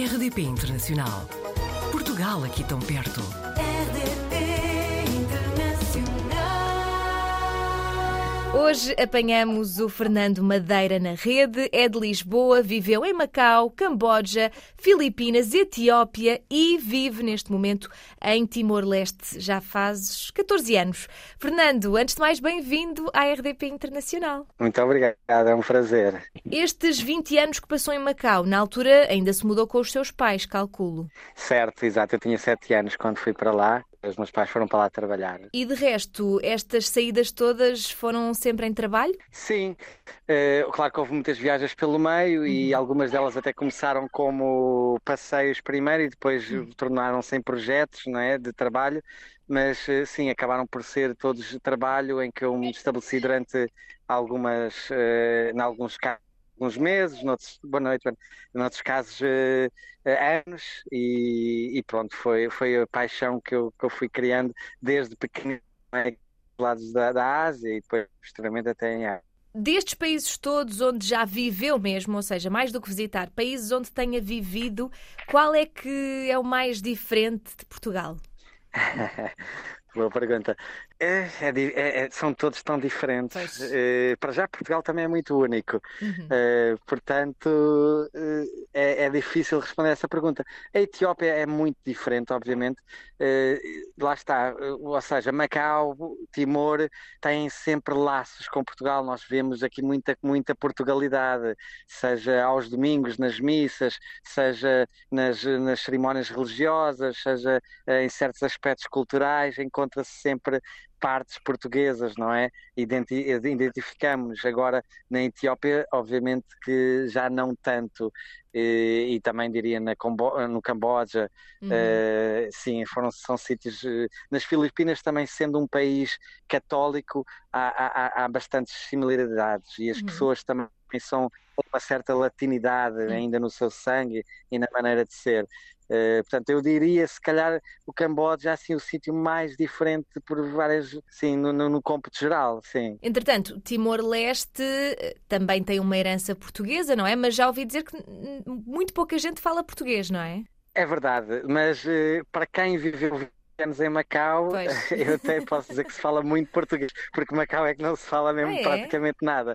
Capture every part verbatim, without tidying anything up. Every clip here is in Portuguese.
R D P Internacional. Portugal aqui tão perto. R D P Internacional. Hoje apanhamos o Fernando Madeira na rede, é de Lisboa, viveu em Macau, Camboja, Filipinas, Etiópia e vive neste momento em Timor-Leste. Já fazes catorze anos. Fernando, antes de mais, bem-vindo à R D P Internacional. Muito obrigado, é um prazer. Estes vinte anos que passou em Macau, na altura ainda se mudou com os seus pais, calculo. Certo, exato, eu tinha sete anos quando fui para lá. Os meus pais foram para lá trabalhar. E de resto, estas saídas todas foram sempre em trabalho? Sim, eh, claro que houve muitas viagens pelo meio e algumas delas até começaram como passeios primeiro e depois tornaram-se em projetos, não é, de trabalho, mas eh, sim, acabaram por ser todos de trabalho em que eu me estabeleci durante algumas, eh, em alguns casos, alguns meses, noutros, boa noite, noutros casos uh, uh, anos e, e pronto, foi, foi a paixão que eu, que eu fui criando desde pequeno, né, lados da, da Ásia e depois posteriormente até em Ásia. Destes países todos onde já viveu mesmo, ou seja, mais do que visitar, países onde tenha vivido, qual é que é o mais diferente de Portugal? Boa pergunta. É, é, é, são todos tão diferentes. É, para já, Portugal também é muito único. Uhum. É, portanto, é, é difícil responder essa pergunta. A Etiópia é muito diferente, obviamente. É, lá está, ou seja, Macau, Timor têm sempre laços com Portugal. Nós vemos aqui muita, muita Portugalidade, seja aos domingos, nas missas, seja nas, nas cerimónias religiosas, seja em certos aspectos culturais, encontra-se sempre partes portuguesas, não é? Identi identificamos agora na Etiópia, obviamente que já não tanto, e, e também diria na Combo no Camboja, Uhum. uh, sim, foram, são sítios, uh, nas Filipinas também sendo um país católico, há, há, há bastantes similaridades e as Uhum. pessoas também são uma certa latinidade Uhum. ainda no seu sangue e na maneira de ser. Uh, portanto, eu diria, se calhar, o Camboja assim o sítio mais diferente por várias, sim, no, no, no cômputo geral, sim. Entretanto, Timor-Leste também tem uma herança portuguesa, não é? Mas já ouvi dizer que muito pouca gente fala português, não é? É verdade, mas uh, para quem viveu vinte anos em Macau, Pois. eu até posso dizer que se fala muito português, porque Macau é que não se fala mesmo Ah, é? praticamente nada.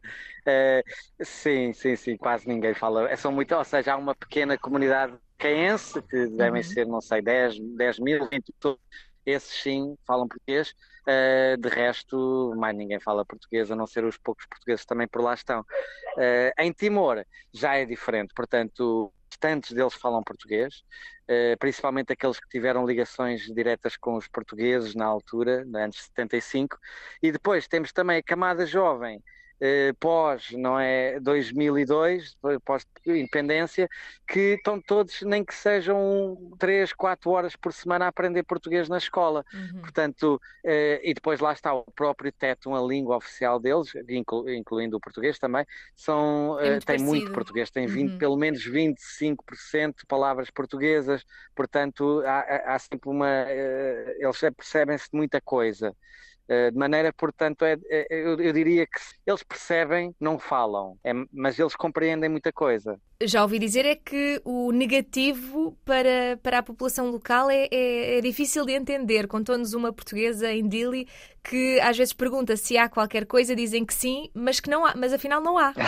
Uh, sim, sim, sim, quase ninguém fala. É só muito, ou seja, há uma pequena comunidade caense, que devem Uhum. ser, não sei, dez, dez mil, vinte, esses sim falam português. Uh, de resto, mais ninguém fala português, a não ser os poucos portugueses que também por lá estão. Uh, em Timor já é diferente, portanto, bastantes deles falam português, uh, principalmente aqueles que tiveram ligações diretas com os portugueses na altura, antes de setenta e cinco, e depois temos também a camada jovem, Uh, pós, não é, dois mil e dois, pós-independência, que estão todos, nem que sejam três, quatro horas por semana a aprender português na escola. Uhum. Portanto, uh, e depois lá está o próprio teto, a língua oficial deles, inclu, incluindo o português também, são, É muito uh, tem parecido. muito português, tem vinte, Uhum. pelo menos vinte e cinco por cento de palavras portuguesas, portanto, há, há, há sempre uma... Uh, eles percebem-se de muita coisa. Uh, de maneira, portanto, é, é, eu, eu diria que eles percebem, não falam, é, mas eles compreendem muita coisa. Já ouvi dizer é que o negativo para, para a população local é, é, é difícil de entender. Contou-nos uma portuguesa em Dili que às vezes pergunta se há qualquer coisa, dizem que sim, mas que não há, mas afinal não há.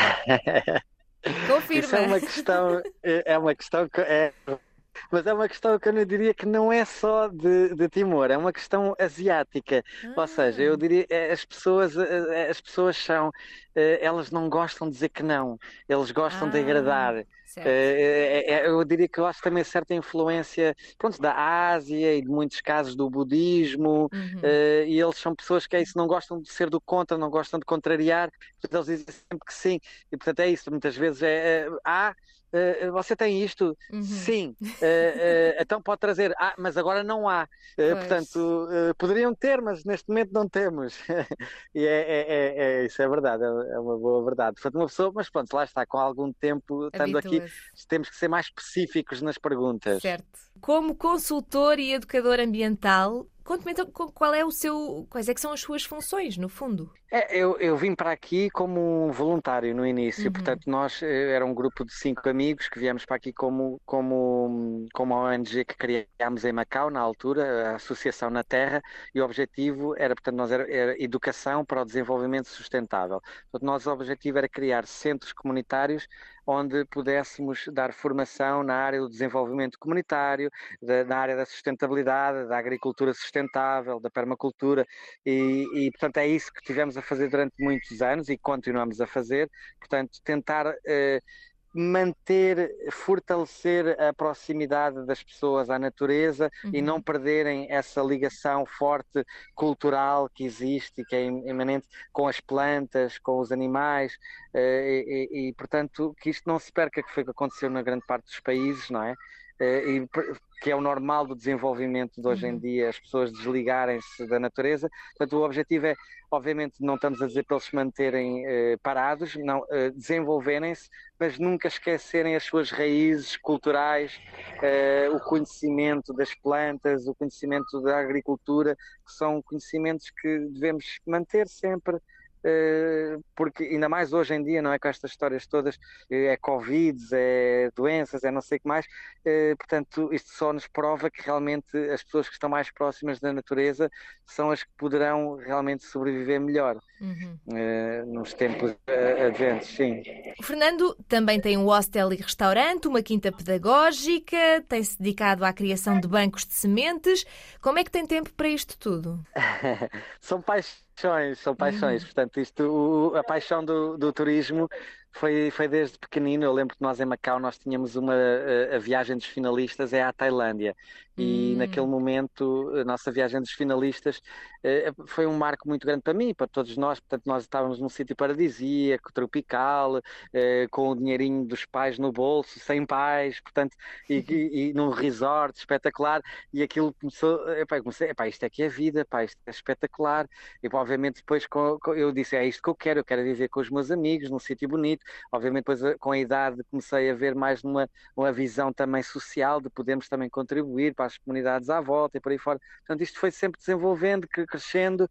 Confirma. Isso é uma questão, é uma questão que é... Mas é uma questão que eu não diria que não é só de, de Timor, é uma questão asiática. Ah. Ou seja, eu diria as pessoas, as pessoas são, elas não gostam de dizer que não, eles gostam Ah, de agradar. certo. Eu diria que eu acho também certa influência, pronto, da Ásia e de muitos casos do budismo, Uhum. e eles são pessoas que é isso, não gostam de ser do contra, não gostam de contrariar, portanto eles dizem sempre que sim, e portanto é isso, muitas vezes é, é ah, Uh, você tem isto? Uhum. Sim. Uh, uh, então pode trazer. Ah, mas agora não há. Uh, portanto, uh, poderiam ter, mas neste momento não temos. E é, é, é, é, isso é verdade, é, é uma boa verdade. Portanto, uma pessoa, mas pronto, lá está, com algum tempo, estando aqui, temos que ser mais específicos nas perguntas. Certo. Como consultor e educador ambiental, Conte-me então qual é o seu, quais é que são as suas funções, no fundo. É, eu, eu vim para aqui como um voluntário no início, Uhum. portanto nós eh, era um grupo de cinco amigos que viemos para aqui como, como, como a O N G que criámos em Macau na altura, a Associação na Terra, e o objetivo era, portanto, nós era, era educação para o desenvolvimento sustentável. Portanto, nosso objetivo era criar centros comunitários onde pudéssemos dar formação na área do desenvolvimento comunitário, da, na área da sustentabilidade, da agricultura sustentável, da permacultura, e, e portanto é isso que tivemos a fazer durante muitos anos e continuamos a fazer, portanto tentar eh, manter, fortalecer a proximidade das pessoas à natureza Uhum. e não perderem essa ligação forte cultural que existe e que é imanente com as plantas, com os animais, e, e, e portanto que isto não se perca, que foi o que aconteceu na grande parte dos países, não é? E, que é o normal do desenvolvimento de hoje em dia, as pessoas desligarem-se da natureza. Portanto, o objetivo é, obviamente, não estamos a dizer para eles se manterem eh, parados, não, eh, desenvolverem-se, mas nunca esquecerem as suas raízes culturais, eh, o conhecimento das plantas, o conhecimento da agricultura, que são conhecimentos que devemos manter sempre. Uh, porque ainda mais hoje em dia, não é, com estas histórias todas, é Covid, é doenças, é não sei o que mais, uh, portanto isto só nos prova que realmente as pessoas que estão mais próximas da natureza são as que poderão realmente sobreviver melhor. Uhum. Uh, nos tempos uh, adventos, sim. O Fernando também tem um hostel e restaurante, uma quinta pedagógica, tem-se dedicado à criação de bancos de sementes. Como é que tem tempo para isto tudo? São paixões, são paixões. Uhum. Portanto, isto, o, a paixão do, do turismo foi, foi desde pequenino. Eu lembro que nós em Macau nós tínhamos uma a, a viagem dos finalistas é à Tailândia. E hum. naquele momento a nossa viagem dos finalistas eh, foi um marco muito grande para mim, para todos nós. Portanto, nós estávamos num sítio paradisíaco, tropical, eh, com o dinheirinho dos pais no bolso, sem pais, portanto, e, e, e num resort espetacular. E aquilo começou, epá, comecei, epá, isto é que é vida, epá, isto é espetacular. E obviamente depois com, com, eu disse, é isto que eu quero, eu quero viver com os meus amigos, num sítio bonito. Obviamente depois com a idade comecei a ver mais numa uma visão também social, de podermos também contribuir para as comunidades à volta e por aí fora. Portanto, isto foi sempre desenvolvendo, crescendo,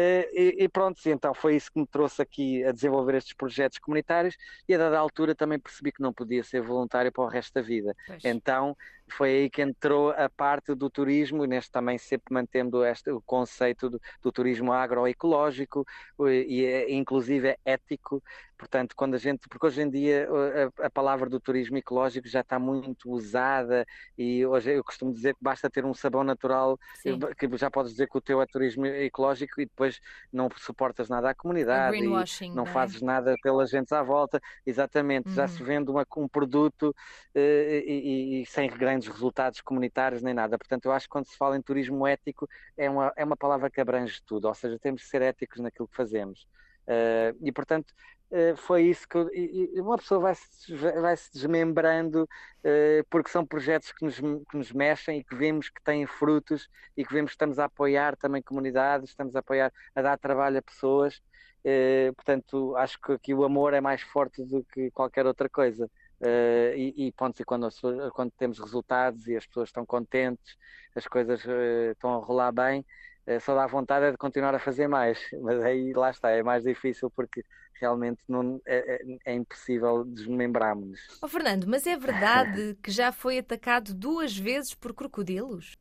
e, e pronto, e então foi isso que me trouxe aqui a desenvolver estes projetos comunitários, e a dada altura também percebi que não podia ser voluntário para o resto da vida. Pois. Então foi aí que entrou a parte do turismo, e neste também sempre mantendo este, o conceito do, do turismo agroecológico e, e inclusive é ético. Portanto, quando a gente, porque hoje em dia a, a palavra do turismo ecológico já está muito usada, e hoje eu costumo dizer que basta ter um sabão natural, Sim. que já podes dizer que o teu é turismo ecológico, e depois não suportas nada à comunidade e não bem. fazes nada pela gente à volta. Exatamente, uhum. já se vende uma, um produto uh, e, e, e sem grandes resultados comunitários nem nada. Portanto, eu acho que quando se fala em turismo ético é uma, é uma palavra que abrange tudo, ou seja, temos de ser éticos naquilo que fazemos. Uh, e, portanto, uh, foi isso que eu, e, uma pessoa vai se, vai se desmembrando, uh, porque são projetos que nos, que nos mexem e que vemos que têm frutos, e que vemos que estamos a apoiar também comunidades, estamos a apoiar, a dar trabalho a pessoas. Uh, portanto, acho que aqui o amor é mais forte do que qualquer outra coisa. Uh, e, e, ponto, e quando, quando temos resultados e as pessoas estão contentes, as coisas uh, estão a rolar bem, uh, só dá vontade é de continuar a fazer mais, mas aí lá está, é mais difícil porque realmente não, é, é impossível desmembrarmos-nos. Oh, Fernando, mas é verdade que já foi atacado duas vezes por crocodilos?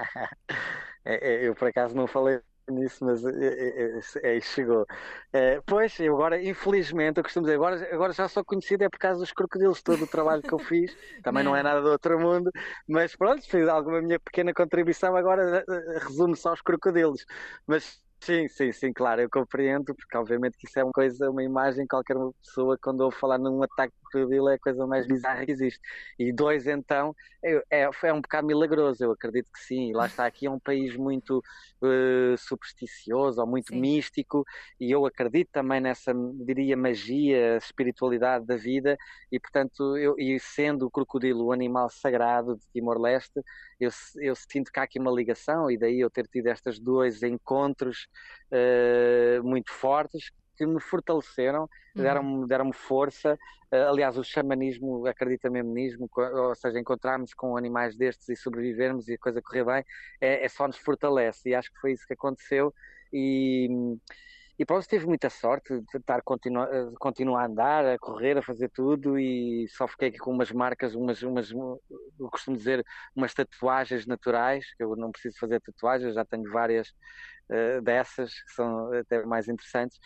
é, é, eu por acaso não falei nisso, mas é, é, é, é, chegou. É, pois, eu agora, infelizmente, eu costumo dizer, agora, agora já sou conhecido é por causa dos crocodilos, todo o trabalho que eu fiz, também não, não é nada do outro mundo, mas pronto, fiz alguma minha pequena contribuição, agora resume-se aos crocodilos. Mas sim, sim, sim, claro, eu compreendo, porque obviamente que isso é uma coisa, uma imagem, qualquer pessoa quando ouve falar num ataque de crocodilo é a coisa mais bizarra que existe. E dois, então, é, é, é um bocado milagroso, eu acredito que sim. E lá está, aqui é um país muito uh, supersticioso, ou muito sim. místico, e eu acredito também nessa, diria, magia, espiritualidade da vida, e portanto, eu, e sendo o crocodilo o animal sagrado de Timor-Leste, eu, eu sinto que há aqui uma ligação, e daí eu ter tido estes dois encontros uh, muito fortes, que me fortaleceram, Uhum. deram-me deram-me força. Uh, aliás, o xamanismo acredita mesmo nisso, ou seja, encontrarmos com animais destes e sobrevivermos e a coisa correr bem, é, é só nos fortalece, e acho que foi isso que aconteceu. E, e pronto, tive muita sorte de estar continu, continuar a andar, a correr, a fazer tudo, e só fiquei aqui com umas marcas, umas, umas, eu costumo dizer, umas tatuagens naturais, que eu não preciso fazer tatuagens, já tenho várias uh, dessas, que são até mais interessantes,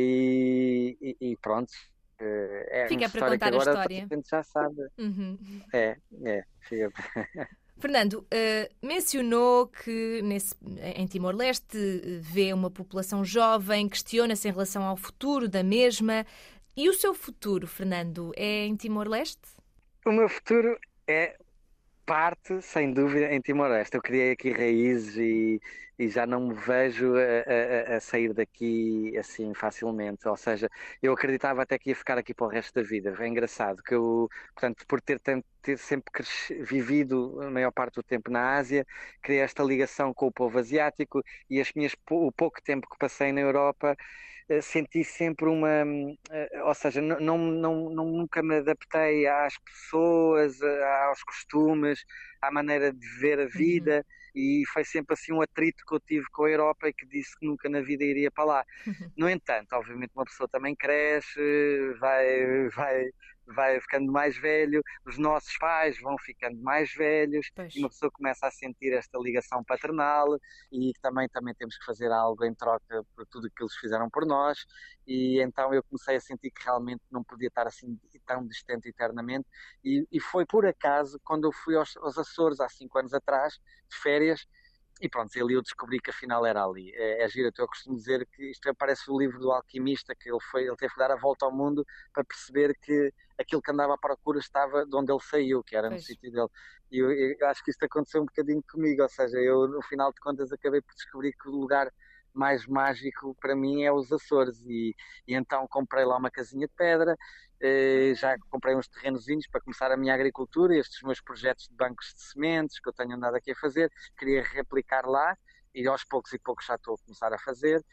e, e, e pronto. Uh, é Fica uma para história contar que agora a história. a gente já sabe. Uhum. É, é, fica. Fernando, uh, mencionou que nesse, em Timor-Leste vê uma população jovem, questiona-se em relação ao futuro da mesma. E o seu futuro, Fernando, é em Timor-Leste? O meu futuro é parte, sem dúvida, em Timor-Leste. Eu criei aqui raízes e, e já não me vejo a, a, a sair daqui assim facilmente. Ou seja, eu acreditava até que ia ficar aqui para o resto da vida. É engraçado que eu, portanto, por ter, ter sempre cresci, vivido a maior parte do tempo na Ásia, criei esta ligação com o povo asiático, e as minhas, o pouco tempo que passei na Europa, senti sempre uma, ou seja, não, não, não, nunca me adaptei às pessoas, aos costumes, à maneira de ver a vida, uhum. E foi sempre assim um atrito que eu tive com a Europa e que disse que nunca na vida iria para lá. Uhum. No entanto, obviamente uma pessoa também cresce, vai, vai, vai ficando mais velho, os nossos pais vão ficando mais velhos, pois. E uma pessoa começa a sentir esta ligação paternal, e também, também temos que fazer algo em troca por tudo o que eles fizeram por nós, e então eu comecei a sentir que realmente não podia estar assim tão distante eternamente, e, e foi por acaso quando eu fui aos, aos Açores há cinco anos atrás, de férias, e pronto, ali eu descobri que afinal era ali. É, é giro, eu costumo dizer que isto parece o livro do alquimista, que ele, foi, ele teve que dar a volta ao mundo para perceber que aquilo que andava à procura estava de onde ele saiu, que era pois. No sítio dele. E eu, eu acho que isto aconteceu um bocadinho comigo, ou seja, eu no final de contas acabei por descobrir que o lugar mais mágico para mim é os Açores, e, e então comprei lá uma casinha de pedra, eh, já comprei uns terrenozinhos para começar a minha agricultura, estes meus projetos de bancos de sementes que eu tenho andado aqui a fazer, queria replicar lá, e aos poucos e poucos já estou a começar a fazer,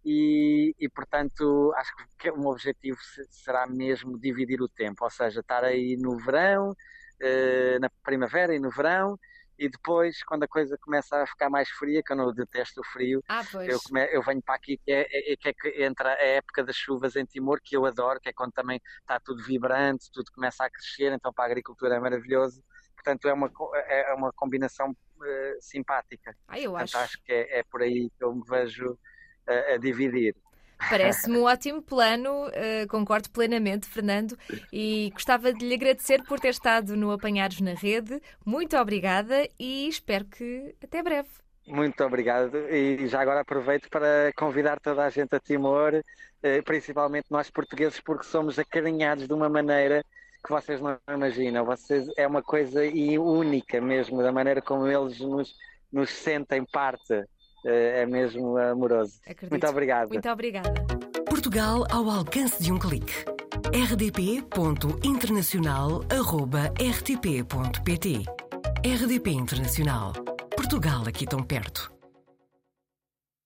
e, e portanto acho que o meu objetivo será mesmo dividir o tempo, ou seja, estar aí no verão, eh, na primavera e no verão, e depois, quando a coisa começa a ficar mais fria, que eu não detesto o frio, ah, eu, come, eu venho para aqui, que é, é, que é que entra a época das chuvas em Timor, que eu adoro, que é quando também está tudo vibrante, tudo começa a crescer, então para a agricultura é maravilhoso. Portanto, é uma, é uma combinação uh, simpática. Ah, eu Portanto, acho. acho que é, é por aí que eu me vejo uh, a dividir. Parece-me um ótimo plano, uh, concordo plenamente, Fernando, e gostava de lhe agradecer por ter estado no Apanhados na Rede. Muito obrigada e espero que até breve. Muito obrigado, e já agora aproveito para convidar toda a gente a Timor, principalmente nós portugueses, porque somos acarinhados de uma maneira que vocês não imaginam. Vocês, é uma coisa única mesmo, da maneira como eles nos, nos sentem parte. É mesmo amoroso. Acredito. Muito obrigado. Muito obrigada. Portugal ao alcance de um clique. r d p ponto internacional arroba r t p ponto p t. R D P Internacional. Portugal aqui tão perto.